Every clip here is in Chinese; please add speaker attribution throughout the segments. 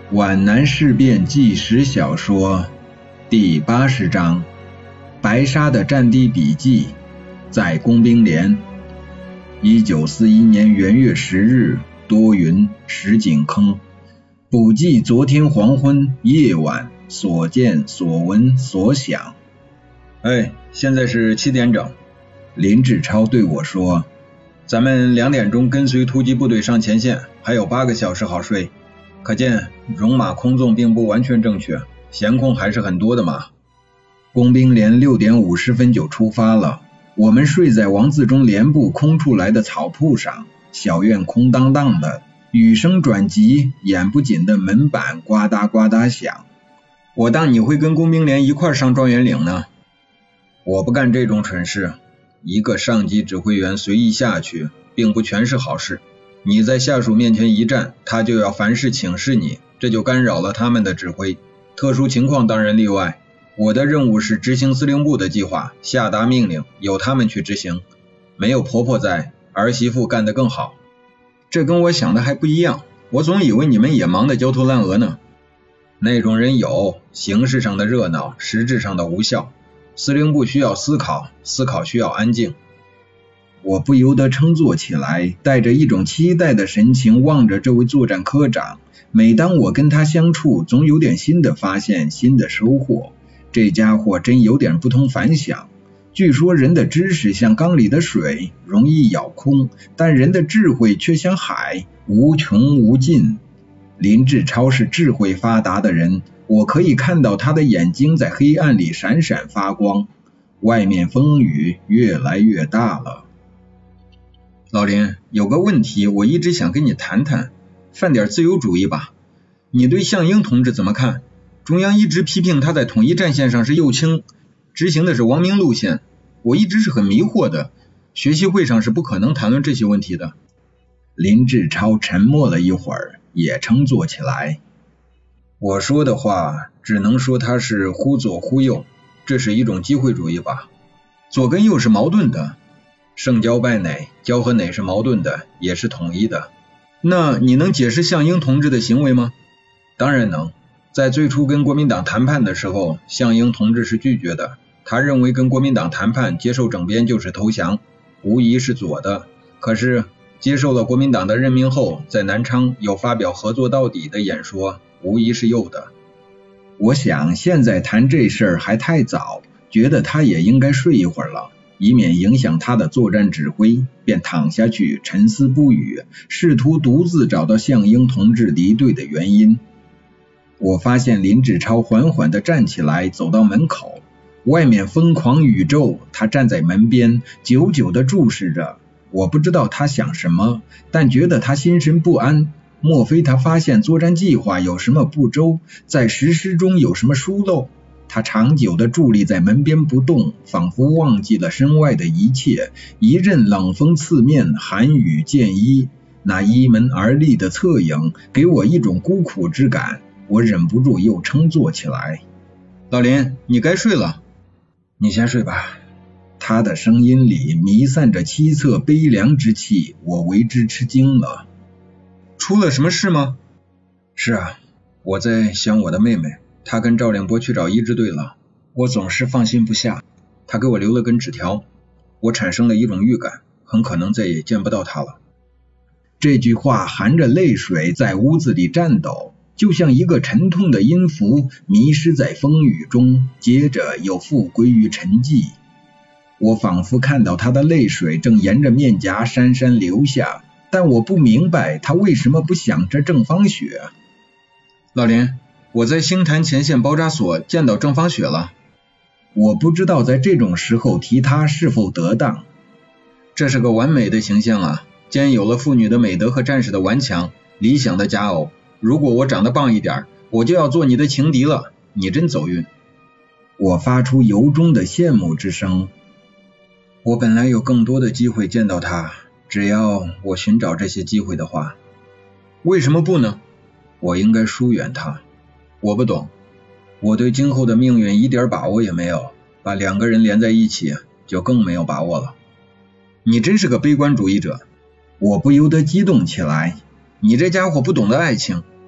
Speaker 1: 皖南事变纪实小说第80章白沙的战地笔记，在工兵连。1941年元月10日，多云，石井坑。补记昨天黄昏夜晚所见所闻所想。
Speaker 2: 现在是7点整。
Speaker 1: 林志超对我说，
Speaker 2: 咱们2点钟跟随突击部队上前线，还有8个小时好睡。可见戎马空纵并不完全正确，闲空还是很多的嘛。
Speaker 1: 工兵连6点50分就出发了，我们睡在王自忠连部空出来的草铺上，小院空荡荡的，雨声转急，眼不紧的门板呱嗒呱嗒响。
Speaker 2: 我当你会跟工兵连一块上状元岭呢。我不干这种蠢事，一个上级指挥员随意下去并不全是好事。你在下属面前一站，他就要凡事请示你，这就干扰了他们的指挥。特殊情况当然例外，我的任务是执行司令部的计划，下达命令，由他们去执行。没有婆婆在，儿媳妇干得更好。这跟我想的还不一样，我总以为你们也忙得焦头烂额呢。那种人有，形式上的热闹，实质上的无效。司令部需要思考，思考需要安静。
Speaker 1: 我不由得称作起来，带着一种期待的神情望着这位作战科长。每当我跟他相处，总有点新的发现，新的收获。这家伙真有点不同凡响。据说人的知识像缸里的水，容易舀空，但人的智慧却像海，无穷无尽。林志超是智慧发达的人，我可以看到他的眼睛在黑暗里闪闪发光。外面风雨越来越大了。
Speaker 2: 老林，有个问题我一直想跟你谈谈，犯点自由主义吧。你对项英同志怎么看？中央一直批评他在统一战线上是右倾，执行的是王明路线，我一直是很迷惑的。学习会上是不可能谈论这些问题的。
Speaker 1: 林志超沉默了一会儿，也称作起来。
Speaker 2: 我说的话只能说他是忽左忽右，这是一种机会主义吧。左跟右是矛盾的，胜交败馁，交和馁是矛盾的，也是统一的。那你能解释项英同志的行为吗？当然能。在最初跟国民党谈判的时候，项英同志是拒绝的。他认为跟国民党谈判接受整编就是投降，无疑是左的。可是接受了国民党的任命后，在南昌又发表合作到底的演说，无疑是右的。
Speaker 1: 我想现在谈这事儿还太早，觉得他也应该睡一会儿了，以免影响他的作战指挥，便躺下去沉思不语，试图独自找到项英同志离队的原因。我发现林志超缓缓地站起来，走到门口，外面疯狂宇宙，他站在门边，久久地注视着。我不知道他想什么，但觉得他心神不安。莫非他发现作战计划有什么不周，在实施中有什么疏漏？他长久地伫立在门边不动，仿佛忘记了身外的一切。一阵冷风刺面，寒雨渐依，那依门而立的侧影给我一种孤苦之感。我忍不住又称作起来。
Speaker 2: 老林，你该睡了。你先睡吧。
Speaker 1: 他的声音里弥散着凄恻悲凉之气，我为之吃惊了。
Speaker 2: 出了什么事吗？是啊，我在想我的妹妹，她跟赵令波去找医治队了，我总是放心不下。她给我留了根纸条，我产生了一种预感，很可能再也见不到她了。
Speaker 1: 这句话含着泪水在屋子里颤抖，就像一个沉痛的音符迷失在风雨中，接着又复归于沉寂。我仿佛看到他的泪水正沿着面颊姗姗流下，但我不明白他为什么不想着郑芳雪。
Speaker 2: 老林，我在星坛前线包扎所见到郑芳雪了。
Speaker 1: 我不知道在这种时候提她是否得当。
Speaker 2: 这是个完美的形象啊，兼有了妇女的美德和战士的顽强，理想的佳偶。如果我长得棒一点，我就要做你的情敌了。你真走运。
Speaker 1: 我发出由衷的羡慕之声。
Speaker 2: 我本来有更多的机会见到他，只要我寻找这些机会的话。为什么不呢？我应该疏远他。我不懂，我对今后的命运一点把握也没有，把2个人连在一起就更没有把握了。你真是个悲观主义者。
Speaker 1: 我不由得激动起来。
Speaker 2: 你这家伙不懂得爱情。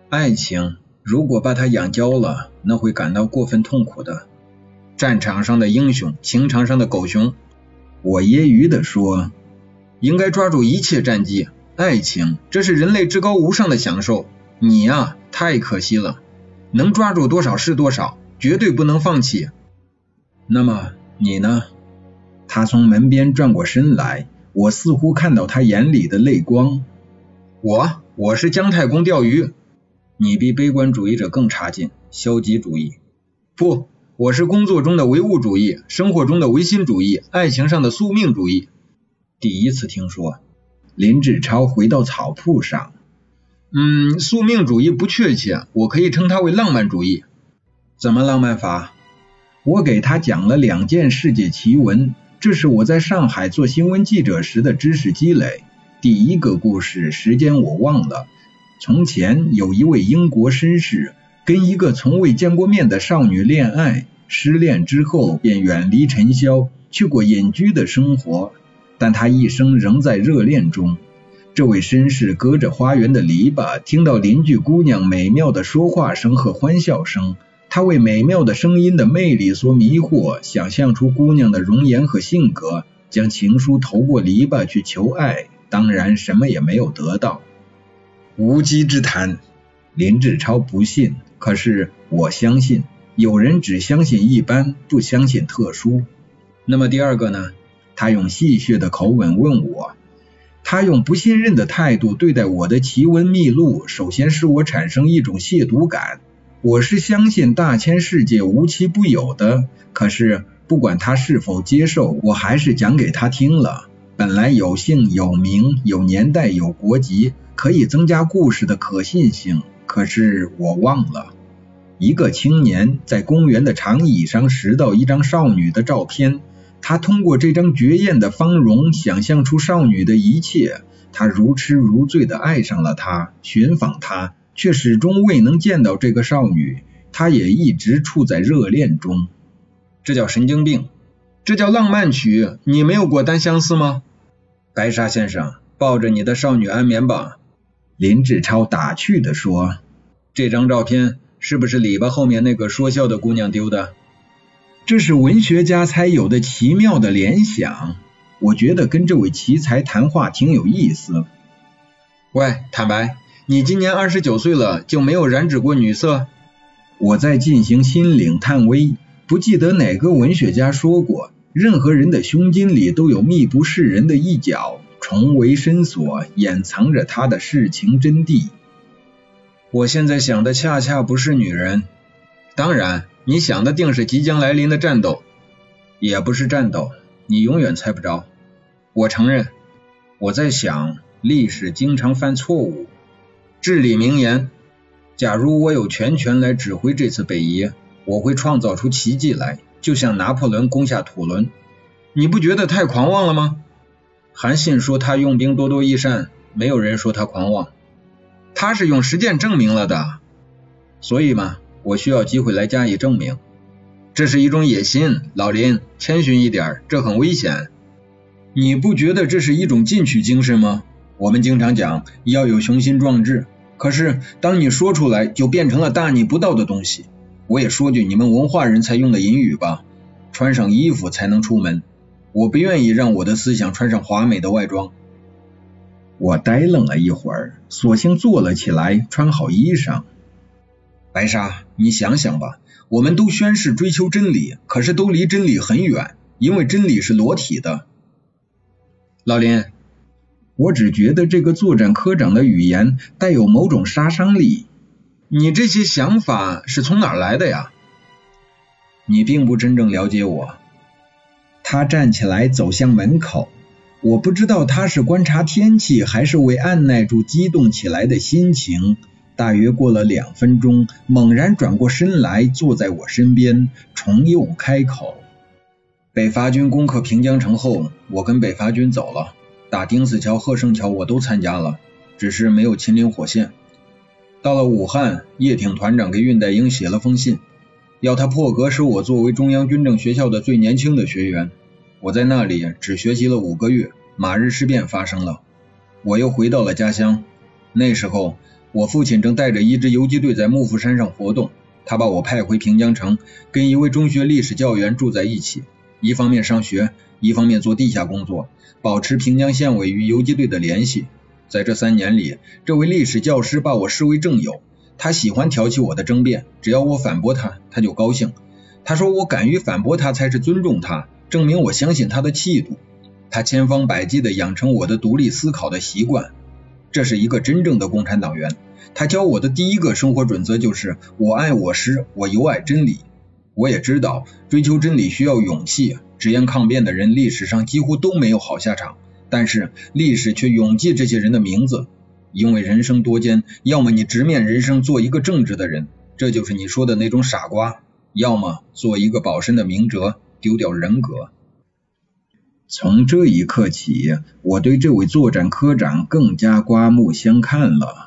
Speaker 2: 爱情如果把它养焦了，那会感到过分痛苦的。战场上的英雄，情场上的狗熊。
Speaker 1: 我揶揄地说，
Speaker 2: 应该抓住一切战机。爱情，这是人类至高无上的享受。你呀，太可惜了，能抓住多少是多少，绝对不能放弃。那么你呢？
Speaker 1: 他从门边转过身来，我似乎看到他眼里的泪光。
Speaker 2: 我是姜太公钓鱼。你比悲观主义者更差劲，消极主义。不，我是工作中的唯物主义，生活中的唯心主义，爱情上的宿命主义。第一次听说。
Speaker 1: 林志超回到草铺上。
Speaker 2: 宿命主义不确切，我可以称它为浪漫主义。怎么浪漫法？
Speaker 1: 我给他讲了2件世界奇闻，这是我在上海做新闻记者时的知识积累。第一个故事时间我忘了。从前有一位英国绅士跟一个从未见过面的少女恋爱，失恋之后便远离尘嚣，去过隐居的生活，但他一生仍在热恋中。这位绅士隔着花园的篱笆，听到邻居姑娘美妙的说话声和欢笑声，他为美妙的声音的魅力所迷惑，想象出姑娘的容颜和性格，将情书投过篱笆去求爱，当然什么也没有得到。
Speaker 2: 无稽之谈。
Speaker 1: 林志超不信，可是我相信。有人只相信一般，不相信特殊。
Speaker 2: 那么第二个呢？
Speaker 1: 他用戏谑的口吻问我。他用不信任的态度对待我的奇闻秘录，首先使我产生一种亵渎感。我是相信大千世界无奇不有的，可是不管他是否接受，我还是讲给他听了。本来有姓有名有年代有国籍，可以增加故事的可信性，可是我忘了。一个青年在公园的长椅上拾到一张少女的照片，他通过这张绝艳的芳容想象出少女的一切，他如痴如醉地爱上了她，寻访她，却始终未能见到这个少女，他也一直处在热恋中。
Speaker 2: 这叫神经病，这叫浪漫曲，你没有过单相思吗？白沙先生，抱着你的少女安眠吧。
Speaker 1: 林志超打趣地说。
Speaker 2: 这张照片是不是篱笆后面那个说笑的姑娘丢的？
Speaker 1: 这是文学家才有的奇妙的联想，我觉得跟这位奇才谈话挺有意思。
Speaker 2: 喂，坦白，你今年29岁了，就没有染指过女色？
Speaker 1: 我在进行心领探微，不记得哪个文学家说过，任何人的胸襟里都有秘不示人的一角，重围深锁，掩藏着他的世情真谛。
Speaker 2: 我现在想的恰恰不是女人，当然你想的定是即将来临的战斗，也不是战斗，你永远猜不着。我承认，我在想历史经常犯错误。至理名言，假如我有全权来指挥这次北移，我会创造出奇迹来，就像拿破仑攻下土伦。你不觉得太狂妄了吗？韩信说他用兵多多益善，没有人说他狂妄，他是用实践证明了的。所以嘛，我需要机会来加以证明。这是一种野心，老林，谦逊一点，这很危险。你不觉得这是一种进取精神吗？我们经常讲要有雄心壮志，可是当你说出来就变成了大逆不道的东西。我也说句你们文化人才用的隐语吧，穿上衣服才能出门。我不愿意让我的思想穿上华美的外装。
Speaker 1: 我呆愣了一会儿，索性坐了起来，穿好衣裳。
Speaker 2: 白沙，你想想吧，我们都宣誓追求真理，可是都离真理很远，因为真理是裸体的。老林，
Speaker 1: 我只觉得这个作战科长的语言带有某种杀伤力。
Speaker 2: 你这些想法是从哪儿来的呀？你并不真正了解我。
Speaker 1: 他站起来走向门口，我不知道他是观察天气，还是为按耐住激动起来的心情。大约过了2分钟，猛然转过身来，坐在我身边，重又开口。
Speaker 2: 北伐军攻克平江城后，我跟北伐军走了，打丁字桥、贺胜桥我都参加了，只是没有亲临火线。到了武汉，叶挺团长给恽代英写了封信，要他破格使我作为中央军政学校的最年轻的学员。我在那里只学习了5个月，马日事变发生了，我又回到了家乡。那时候我父亲正带着一支游击队在幕府山上活动，他把我派回平江城，跟一位中学历史教员住在一起，一方面上学，一方面做地下工作，保持平江县委与游击队的联系。在这3年里，这位历史教师把我视为正友，他喜欢挑起我的争辩，只要我反驳他，他就高兴。他说我敢于反驳他才是尊重他，证明我相信他的气度。他千方百计地养成我的独立思考的习惯，这是一个真正的共产党员。他教我的第一个生活准则就是我爱我师，我尤爱真理。我也知道追求真理需要勇气，直言抗辩的人历史上几乎都没有好下场，但是历史却永记这些人的名字。因为人生多艰，要么你直面人生做一个正直的人，这就是你说的那种傻瓜，要么做一个保身的明哲，丢掉人格。
Speaker 1: 从这一刻起，我对这位作战科长更加刮目相看了。